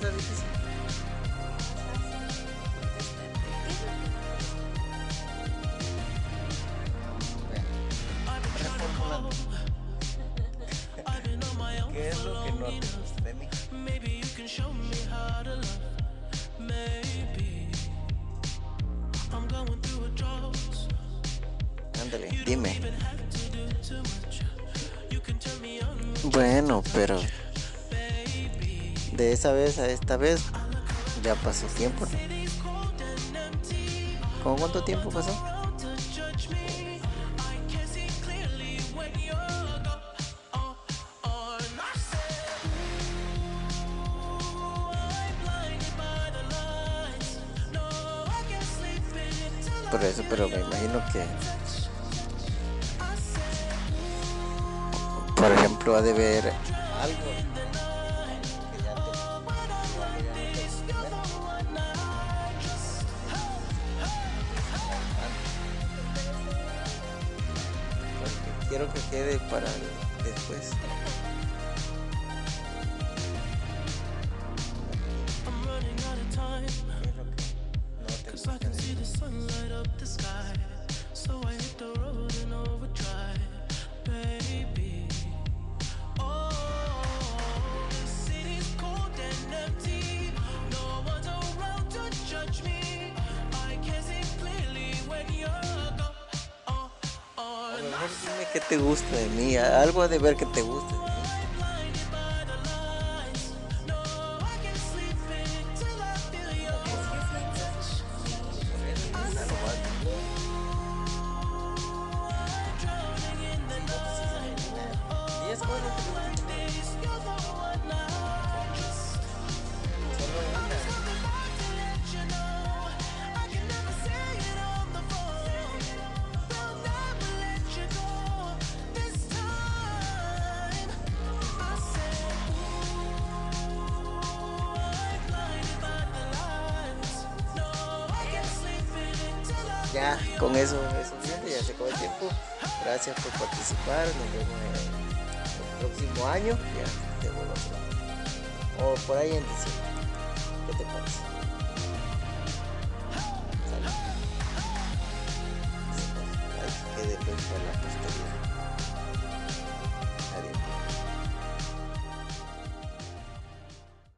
está difícil. Reformulando. ¿Qué es lo que no te gusta de mí? Ándale, dime. Bueno, pero de esa vez a esta vez ya pasó tiempo, ¿no? ¿Cómo cuánto tiempo pasó? Por eso, pero me imagino que, por ejemplo, ha de ver algo que ya porque quiero que quede para después. ¿Qué es lo que no te gusta de mí? A lo mejor dime qué te gusta de mí, algo ha de ver que te guste de mí. Por eso, esa nomás. ¿10 cosas que te gustan de mí? Solo una. Ya, con eso es suficiente, ya se acabó el tiempo. Gracias por participar. Nos vemos el próximo año. Ya te vuelvo a hacer. O por ahí en diciembre. ¿Qué te parece? Sale. Ahí quede pues para la posteridad.